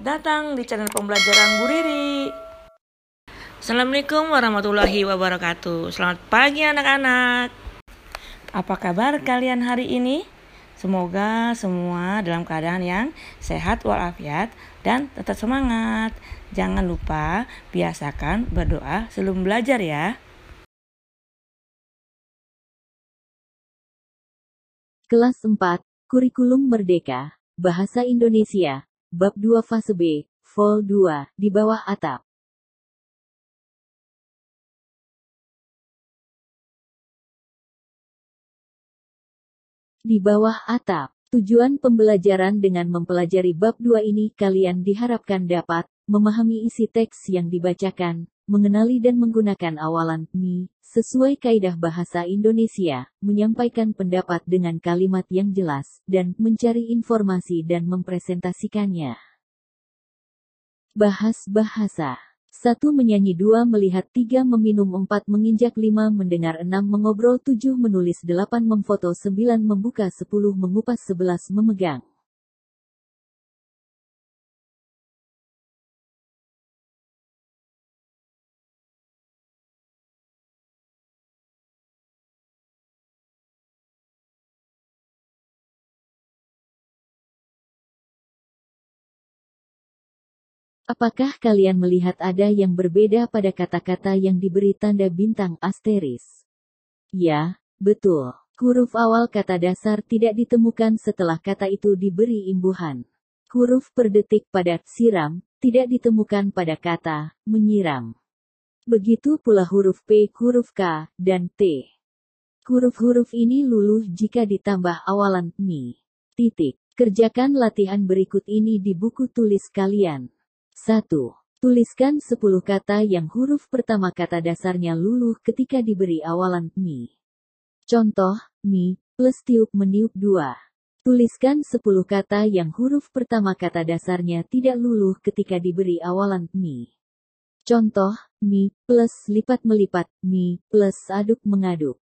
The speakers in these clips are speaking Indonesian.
Selamat datang di channel pembelajaran Bu Riri. Assalamualaikum warahmatullahi wabarakatuh. Selamat pagi anak-anak. Apa kabar kalian hari ini? Semoga semua dalam keadaan yang sehat walafiat dan tetap semangat. Jangan lupa biasakan berdoa sebelum belajar ya. Kelas 4, Kurikulum Merdeka, Bahasa Indonesia, Bab 2 Fase B, Vol 2, di bawah atap. Di bawah atap. Tujuan pembelajaran dengan mempelajari bab 2 ini kalian diharapkan dapat memahami isi teks yang dibacakan, mengenali dan menggunakan awalan "mi" sesuai kaidah bahasa Indonesia, menyampaikan pendapat dengan kalimat yang jelas, dan mencari informasi dan mempresentasikannya. Bahas bahasa. 1 menyanyi, 2 melihat, 3 meminum, 4 menginjak, 5 mendengar, 6 mengobrol, 7 menulis, 8 memfoto, 9 membuka, 10 mengupas, 11 memegang. Apakah kalian melihat ada yang berbeda pada kata-kata yang diberi tanda bintang asteris? Ya, betul. Huruf awal kata dasar tidak ditemukan setelah kata itu diberi imbuhan. Huruf per detik pada siram tidak ditemukan pada kata menyiram. Begitu pula huruf P, huruf K, dan T. Huruf-huruf ini luluh jika ditambah awalan mi. Titik. Kerjakan latihan berikut ini di buku tulis kalian. 1. Tuliskan 10 kata yang huruf pertama kata dasarnya luluh ketika diberi awalan mi. Contoh, mi, plus tiup meniup 2. Tuliskan 10 kata yang huruf pertama kata dasarnya tidak luluh ketika diberi awalan mi. Contoh, mi, plus lipat melipat, mi, plus aduk mengaduk.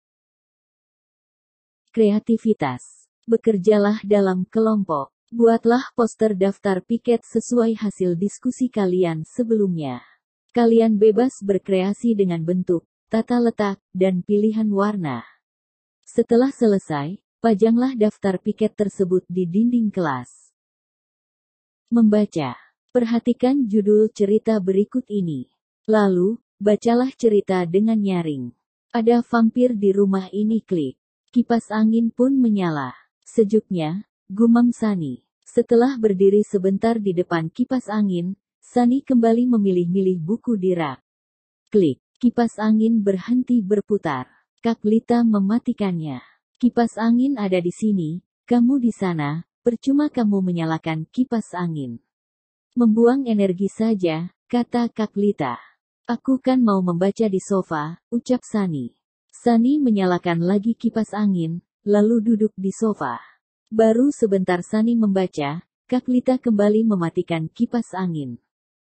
Kreativitas. Bekerjalah dalam kelompok. Buatlah poster daftar piket sesuai hasil diskusi kalian sebelumnya. Kalian bebas berkreasi dengan bentuk, tata letak, dan pilihan warna. Setelah selesai, pajanglah daftar piket tersebut di dinding kelas. Membaca. Perhatikan judul cerita berikut ini. Lalu, bacalah cerita dengan nyaring. Ada vampir di rumah ini, klik. Kipas angin pun menyala. Sejuknya, gumam Sani. Setelah berdiri sebentar di depan kipas angin, Sani kembali memilih-milih buku di rak. Klik. Kipas angin berhenti berputar. Kak Lita mematikannya. Kipas angin ada di sini, kamu di sana, percuma kamu menyalakan kipas angin. Membuang energi saja, kata Kak Lita. Aku kan mau membaca di sofa, ucap Sani. Sani menyalakan lagi kipas angin, lalu duduk di sofa. Baru sebentar Sani membaca, Kak Lita kembali mematikan kipas angin.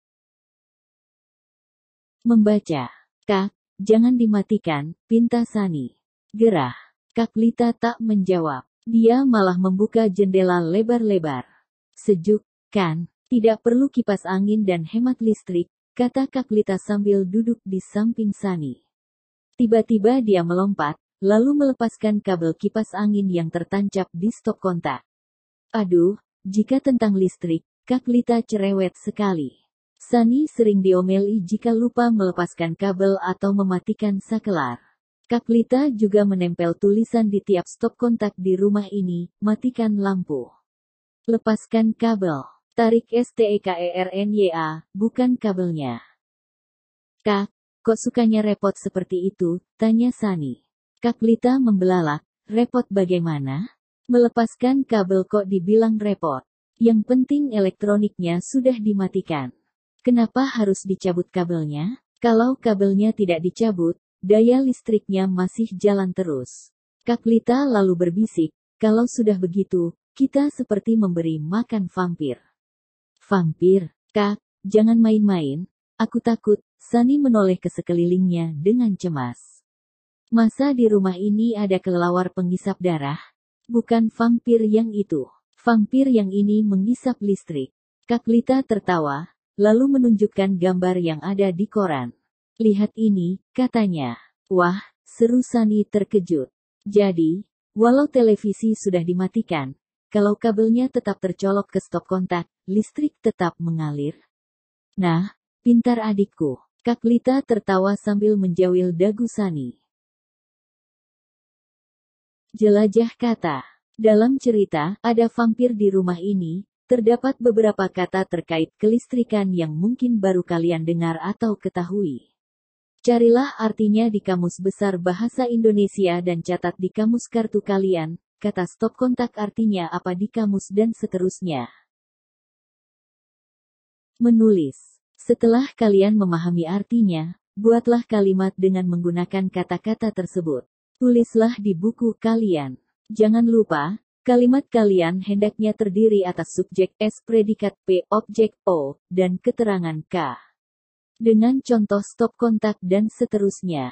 Membaca. Kak, jangan dimatikan, pinta Sani. Gerah. Kak Lita tak menjawab. Dia malah membuka jendela lebar-lebar. Sejuk, kan? Tidak perlu kipas angin dan hemat listrik, kata Kak Lita sambil duduk di samping Sani. Tiba-tiba dia melompat, lalu melepaskan kabel kipas angin yang tertancap di stop kontak. Aduh, jika tentang listrik, Kak Lita cerewet sekali. Sani sering diomeli jika lupa melepaskan kabel atau mematikan sakelar. Kak Lita juga menempel tulisan di tiap stop kontak di rumah ini, matikan lampu. Lepaskan kabel. Tarik STEKERNYA, bukan kabelnya. Kak, kok sukanya repot seperti itu? Tanya Sani. Kak Lita membelalak, repot bagaimana? Melepaskan kabel kok dibilang repot? Yang penting elektroniknya sudah dimatikan. Kenapa harus dicabut kabelnya? Kalau kabelnya tidak dicabut, daya listriknya masih jalan terus. Kak Lita lalu berbisik, kalau sudah begitu, kita seperti memberi makan vampir. Vampir? Kak, jangan main-main, aku takut. Sani menoleh ke sekelilingnya dengan cemas. Masa di rumah ini ada kelelawar penghisap darah? Bukan vampir yang itu. Vampir yang ini menghisap listrik. Kak Lita tertawa, lalu menunjukkan gambar yang ada di koran. Lihat ini, katanya. Wah, seru. Sani terkejut. Jadi, walau televisi sudah dimatikan, kalau kabelnya tetap tercolok ke stop kontak, listrik tetap mengalir. Nah, pintar adikku. Kak Lita tertawa sambil menjawil dagu Sani. Jelajah kata. Dalam cerita, ada vampir di rumah ini. Terdapat beberapa kata terkait kelistrikan yang mungkin baru kalian dengar atau ketahui. Carilah artinya di Kamus Besar Bahasa Indonesia dan catat di kamus kartu kalian, kata stop kontak artinya apa di kamus dan seterusnya. Menulis. Setelah kalian memahami artinya, buatlah kalimat dengan menggunakan kata-kata tersebut. Tulislah di buku kalian. Jangan lupa, kalimat kalian hendaknya terdiri atas subjek S, predikat P, objek O, dan keterangan K. Dengan contoh stop kontak dan seterusnya.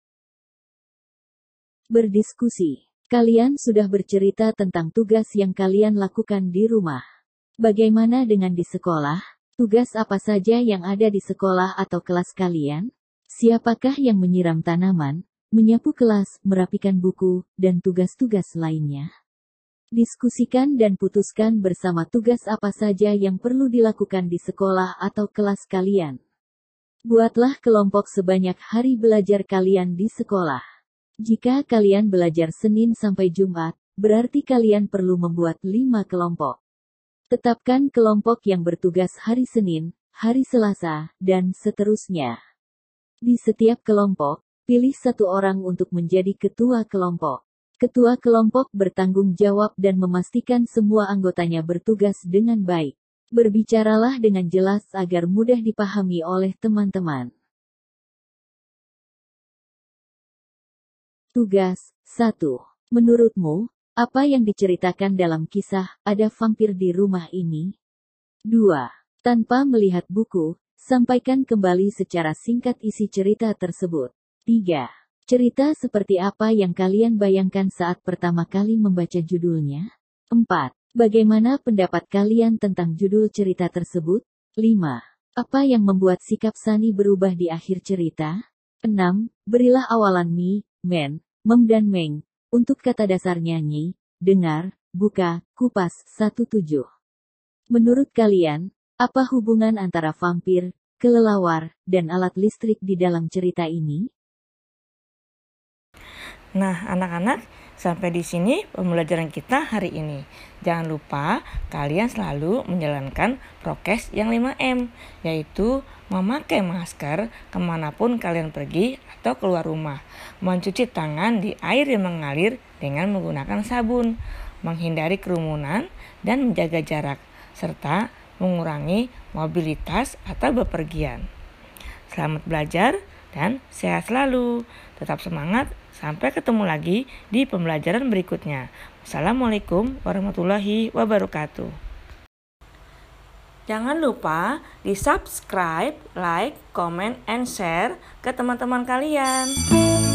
Berdiskusi. Kalian sudah bercerita tentang tugas yang kalian lakukan di rumah. Bagaimana dengan di sekolah? Tugas apa saja yang ada di sekolah atau kelas kalian? Siapakah yang menyiram tanaman, menyapu kelas, merapikan buku, dan tugas-tugas lainnya? Diskusikan dan putuskan bersama tugas apa saja yang perlu dilakukan di sekolah atau kelas kalian. Buatlah kelompok sebanyak hari belajar kalian di sekolah. Jika kalian belajar Senin sampai Jumat, berarti kalian perlu membuat 5 kelompok. Tetapkan kelompok yang bertugas hari Senin, hari Selasa, dan seterusnya. Di setiap kelompok, pilih satu orang untuk menjadi ketua kelompok. Ketua kelompok bertanggung jawab dan memastikan semua anggotanya bertugas dengan baik. Berbicaralah dengan jelas agar mudah dipahami oleh teman-teman. Tugas 1. Menurutmu, apa yang diceritakan dalam kisah "Ada Vampir di Rumah Ini"? 2. Tanpa melihat buku, sampaikan kembali secara singkat isi cerita tersebut. 3. Cerita seperti apa yang kalian bayangkan saat pertama kali membaca judulnya? 4. Bagaimana pendapat kalian tentang judul cerita tersebut? 5. Apa yang membuat sikap Sani berubah di akhir cerita? 6. Berilah awalan mi, men, mem dan meng, untuk kata dasar nyanyi, dengar, buka, kupas, 17. Menurut kalian, apa hubungan antara vampir, kelelawar, dan alat listrik di dalam cerita ini? Nah, anak-anak, sampai di sini pembelajaran kita hari ini. Jangan lupa kalian selalu menjalankan prokes yang 5M, yaitu memakai masker kemanapun kalian pergi atau keluar rumah, mencuci tangan di air yang mengalir dengan menggunakan sabun, menghindari kerumunan dan menjaga jarak, serta mengurangi mobilitas atau bepergian. Selamat belajar dan sehat selalu. Tetap semangat. Sampai ketemu lagi di pembelajaran berikutnya. Wassalamualaikum warahmatullahi wabarakatuh. Jangan lupa di subscribe, like, comment, and share ke teman-teman kalian.